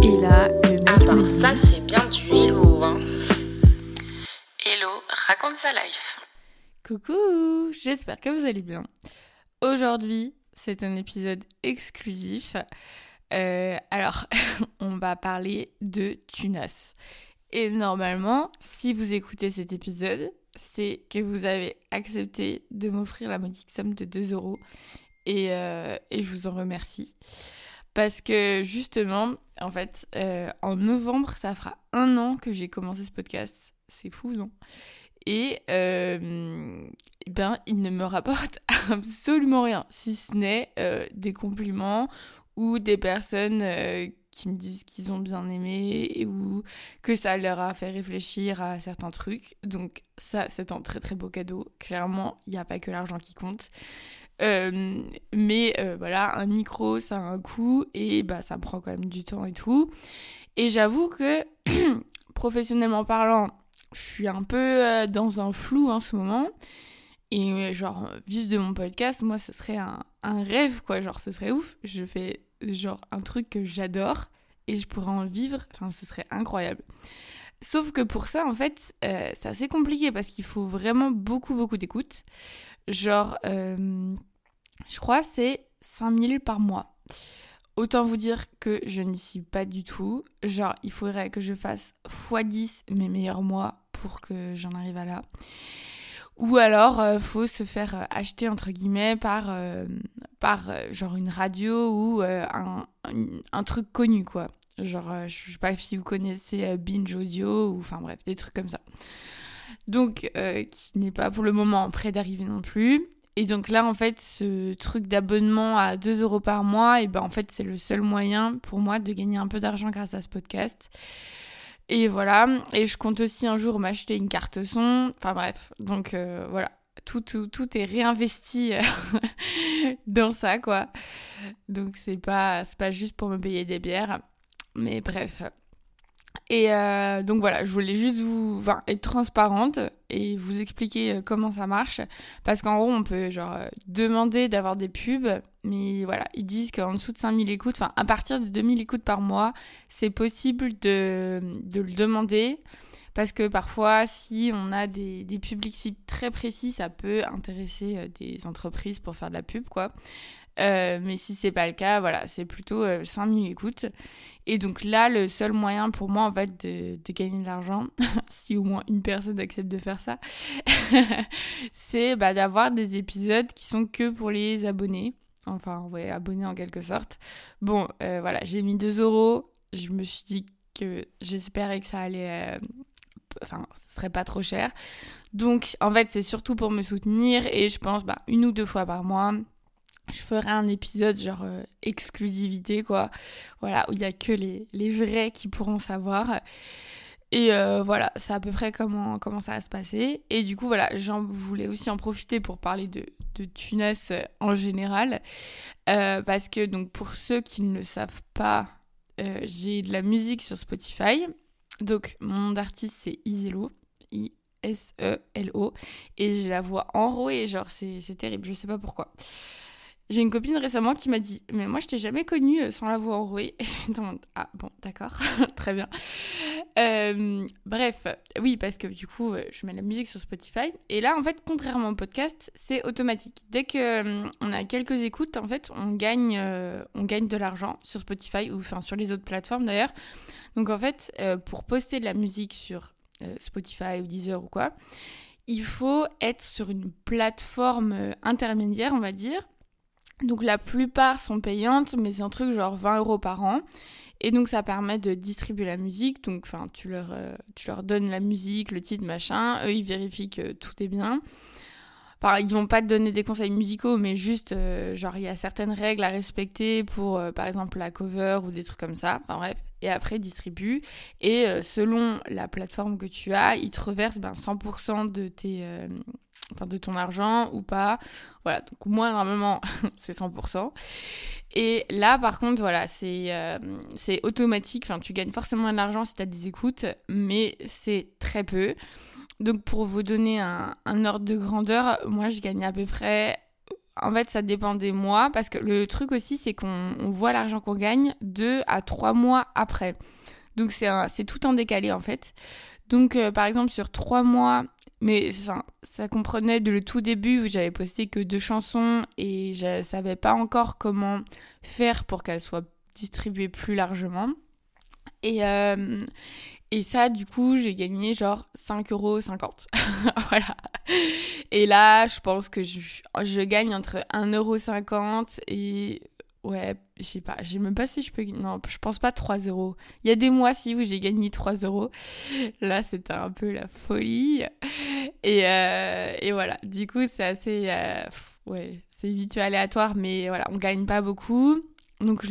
Et là, le mec Ah bah me dit... ça c'est bien du hello hein. Hello, raconte sa life. Coucou, j'espère que vous allez bien. Aujourd'hui, c'est un épisode exclusif. Alors, on va parler de Tunas. Et normalement, si vous écoutez cet épisode, c'est que vous avez accepté de m'offrir la modique somme de 2 euros. Et je vous en remercie. Parce que justement, en fait, en novembre, ça fera 1 an que j'ai commencé ce podcast. C'est fou, non ? Et il ne me rapporte absolument rien, si ce n'est des compliments ou des personnes qui me disent qu'ils ont bien aimé ou que ça leur a fait réfléchir à certains trucs. Donc ça, c'est un très très beau cadeau. Clairement, il n'y a pas que l'argent qui compte. Mais voilà, un micro, ça a un coût et ça me prend quand même du temps et tout. Et j'avoue que, professionnellement parlant, je suis un peu dans un flou en ce moment. Et genre, vivre de mon podcast, moi, ce serait un rêve, quoi. Genre, ce serait ouf. Je fais genre un truc que j'adore et je pourrais en vivre. Enfin, ce serait incroyable. Sauf que pour ça, en fait, c'est assez compliqué parce qu'il faut vraiment beaucoup, beaucoup d'écoute. Genre, je crois que c'est 5000 par mois. Autant vous dire que je n'y suis pas du tout. Genre, il faudrait que je fasse x10 mes meilleurs mois pour que j'en arrive à là. Ou alors, faut se faire acheter, entre guillemets, par genre une radio ou un truc connu, quoi. Genre, je sais pas si vous connaissez Binge Audio ou enfin bref, des trucs comme ça. Donc, qui n'est pas pour le moment près d'arriver non plus. Et donc là, en fait, ce truc d'abonnement à 2 euros par mois, et en fait, c'est le seul moyen pour moi de gagner un peu d'argent grâce à ce podcast. Et voilà. Et je compte aussi un jour m'acheter une carte son. Enfin bref. Donc voilà. Tout est réinvesti dans ça, quoi. Donc c'est pas juste pour me payer des bières. Mais bref. Et donc voilà, je voulais juste être transparente et vous expliquer comment ça marche. Parce qu'en gros, on peut demander d'avoir des pubs, mais voilà, ils disent qu'en dessous de 5000 écoutes, enfin à partir de 2000 écoutes par mois, c'est possible de le demander. Parce que parfois, si on a des publics cibles très précis, ça peut intéresser des entreprises pour faire de la pub, quoi. Mais si c'est pas le cas, voilà, c'est plutôt 5000 écoutes. Et donc là, le seul moyen pour moi, en fait, de gagner de l'argent, si au moins une personne accepte de faire ça, c'est d'avoir des épisodes qui sont que pour les abonnés. Enfin, ouais, abonnés en quelque sorte. Bon, voilà, j'ai mis 2 euros. Je me suis dit que j'espérais que ça allait... Enfin, ce serait pas trop cher. Donc, en fait, c'est surtout pour me soutenir. Et je pense, 1 ou 2 fois par mois... je ferai un épisode exclusivité, quoi. Voilà, où il n'y a que les vrais qui pourront savoir. Et voilà, c'est à peu près comment ça va se passer. Et du coup, voilà, j'en voulais aussi en profiter pour parler de Tunas en général. Parce que, donc, pour ceux qui ne le savent pas, j'ai de la musique sur Spotify. Donc, mon nom d'artiste, c'est Iselo. I-S-E-L-O. Et j'ai la voix enrouée, c'est terrible, je sais pas pourquoi. J'ai une copine récemment qui m'a dit « Mais moi, je t'ai jamais connue sans la voix enrouée. » Et je me demande « Ah, bon, d'accord, très bien. » Bref, oui, parce que du coup, je mets la musique sur Spotify. Et là, en fait, contrairement au podcast, c'est automatique. Dès qu'on a quelques écoutes, en fait, on gagne de l'argent sur Spotify ou sur les autres plateformes d'ailleurs. Donc, en fait, pour poster de la musique sur Spotify ou Deezer ou quoi, il faut être sur une plateforme intermédiaire, on va dire. Donc la plupart sont payantes, mais c'est un truc 20 euros par an. Et donc ça permet de distribuer la musique. Donc tu leur donnes la musique, le titre, machin. Eux, ils vérifient que tout est bien. Enfin, ils vont pas te donner des conseils musicaux, mais juste, il y a certaines règles à respecter pour, par exemple, la cover ou des trucs comme ça. Enfin bref. Et après, ils distribuent. Et selon la plateforme que tu as, ils te reversent 100% de ton argent ou pas. Voilà, donc moi, normalement, c'est 100%. Et là, par contre, voilà, c'est automatique. Enfin, tu gagnes forcément de l'argent si tu as des écoutes, mais c'est très peu. Donc, pour vous donner un ordre de grandeur, moi, je gagne à peu près en fait, ça dépend des mois, parce que le truc aussi, c'est qu'on voit l'argent qu'on gagne 2 à 3 mois après. Donc, c'est tout en décalé, en fait. Donc, par exemple, sur 3 mois, mais ça comprenait de le tout début où j'avais posté que 2 chansons et je savais pas encore comment faire pour qu'elles soient distribuées plus largement. Et ça, du coup, j'ai gagné genre 5,50 €. Voilà. Et là, je pense que je gagne entre 1,50 € et... Ouais, je sais pas. Je sais même pas si je peux... Non, je pense pas 3 €. Il y a des mois, si, où j'ai gagné 3 €. Là, c'était un peu la folie. Et voilà. Du coup, c'est assez... ouais, c'est vite aléatoire, mais voilà, on gagne pas beaucoup. Donc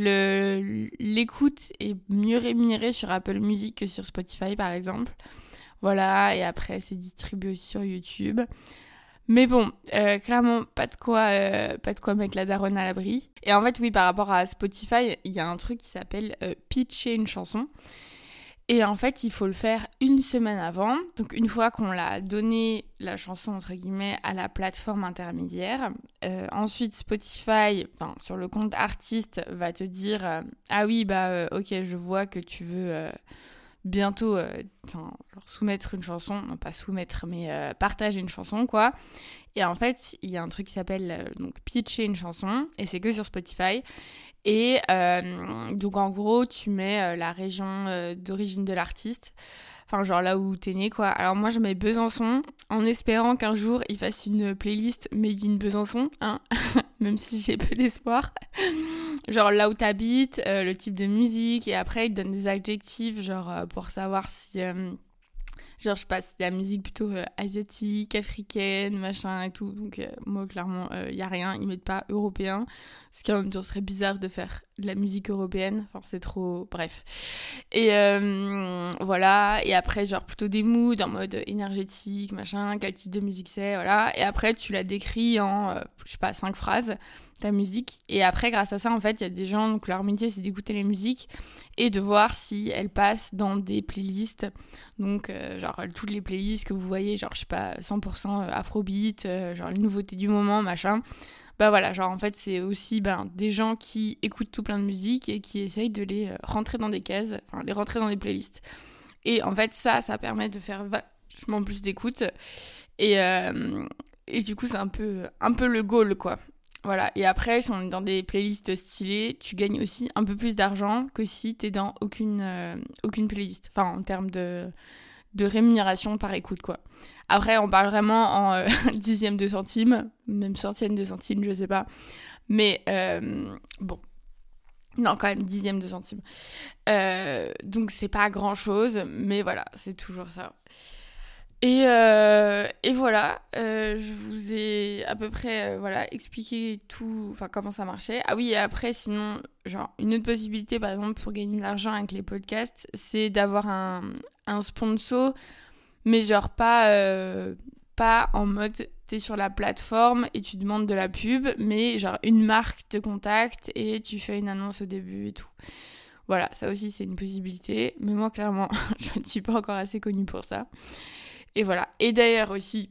l'écoute est mieux rémunérée sur Apple Music que sur Spotify par exemple. Voilà, et après c'est distribué aussi sur YouTube. Mais bon, clairement pas de quoi mettre la daronne à l'abri. Et en fait oui, par rapport à Spotify, il y a un truc qui s'appelle pitcher une chanson. Et en fait, il faut le faire une semaine avant. Donc, une fois qu'on l'a donné, la chanson, entre guillemets, à la plateforme intermédiaire. Ensuite, Spotify, sur le compte artiste, va te dire ah oui, ok, je vois que tu veux bientôt genre soumettre une chanson. Non, pas soumettre, mais partager une chanson, quoi. Et en fait, il y a un truc qui s'appelle donc pitcher une chanson. Et c'est que sur Spotify. Et donc en gros, tu mets la région d'origine de l'artiste, enfin genre là où t'es né quoi. Alors moi je mets Besançon en espérant qu'un jour il fasse une playlist Made in Besançon, hein, même si j'ai peu d'espoir. Genre là où t'habites, le type de musique, et après il te donne des adjectifs genre pour savoir si... genre, je sais pas, c'est de la musique plutôt asiatique, africaine, machin et tout. Donc, moi, clairement, il y a rien. Ils mettent pas européen. Ce qui, en même temps, serait bizarre de faire de la musique européenne. Enfin, c'est trop... Bref. Et voilà. Et après, genre, plutôt des moods en mode énergétique, machin, quel type de musique c'est, voilà. Et après, tu la décris en, je sais pas, 5 phrases, ta musique. Et après, grâce à ça, en fait, il y a des gens, donc leur métier, c'est d'écouter les musiques et de voir si elles passent dans des playlists. Donc, genre, toutes les playlists que vous voyez, genre, je sais pas, 100% afrobeat, genre, les nouveautés du moment, machin. Bah voilà, genre, en fait, c'est aussi des gens qui écoutent tout plein de musique et qui essayent de les rentrer dans des cases, enfin, les rentrer dans des playlists. Et en fait, ça permet de faire vachement plus d'écoute. Et du coup, c'est un peu le goal, quoi. Voilà, et après, si on est dans des playlists stylées, tu gagnes aussi un peu plus d'argent que si t'es dans aucune playlist. Enfin, en termes de rémunération par écoute, quoi. Après, on parle vraiment en dixième de centime, même centième de centime, je sais pas. Mais bon, non, quand même, dixième de centime. Donc, c'est pas grand-chose, mais voilà, c'est toujours ça. Et voilà, je vous ai à peu près expliqué tout, enfin comment ça marchait. Ah oui, et après, sinon, genre, une autre possibilité, par exemple, pour gagner de l'argent avec les podcasts, c'est d'avoir un sponsor, mais genre pas en mode t'es sur la plateforme et tu demandes de la pub, mais genre une marque te contacte et tu fais une annonce au début et tout. Voilà, ça aussi, c'est une possibilité. Mais moi, clairement, je ne suis pas encore assez connue pour ça. Et voilà. Et d'ailleurs aussi,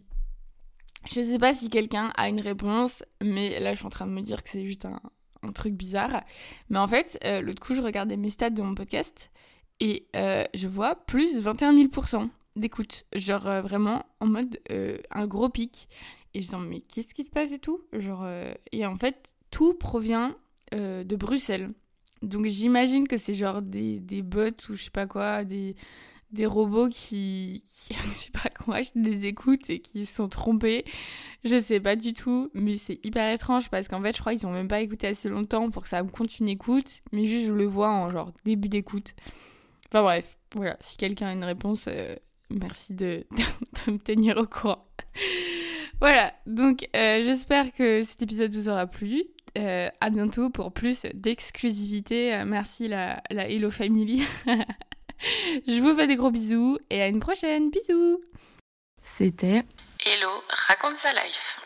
je sais pas si quelqu'un a une réponse, mais là je suis en train de me dire que c'est juste un truc bizarre. Mais en fait, l'autre coup, je regardais mes stats de mon podcast et je vois plus 21 000% d'écoute. Genre vraiment en mode un gros pic. Et je me dis, mais qu'est-ce qui se passe et tout, genre, et en fait, tout provient de Bruxelles. Donc j'imagine que c'est genre des bots ou je sais pas quoi, des robots qui je sais pas comment je les écoute et qui se sont trompés. Je sais pas du tout, mais c'est hyper étrange parce qu'en fait, je crois qu'ils ont même pas écouté assez longtemps pour que ça me compte une écoute, mais juste je le vois en genre début d'écoute. Enfin bref, voilà, si quelqu'un a une réponse, merci de me tenir au courant. Voilà, donc j'espère que cet épisode vous aura plu. À bientôt pour plus d'exclusivité. Merci la Hello Family. Je vous fais des gros bisous et à une prochaine. Bisous. C'était Hello, raconte sa life.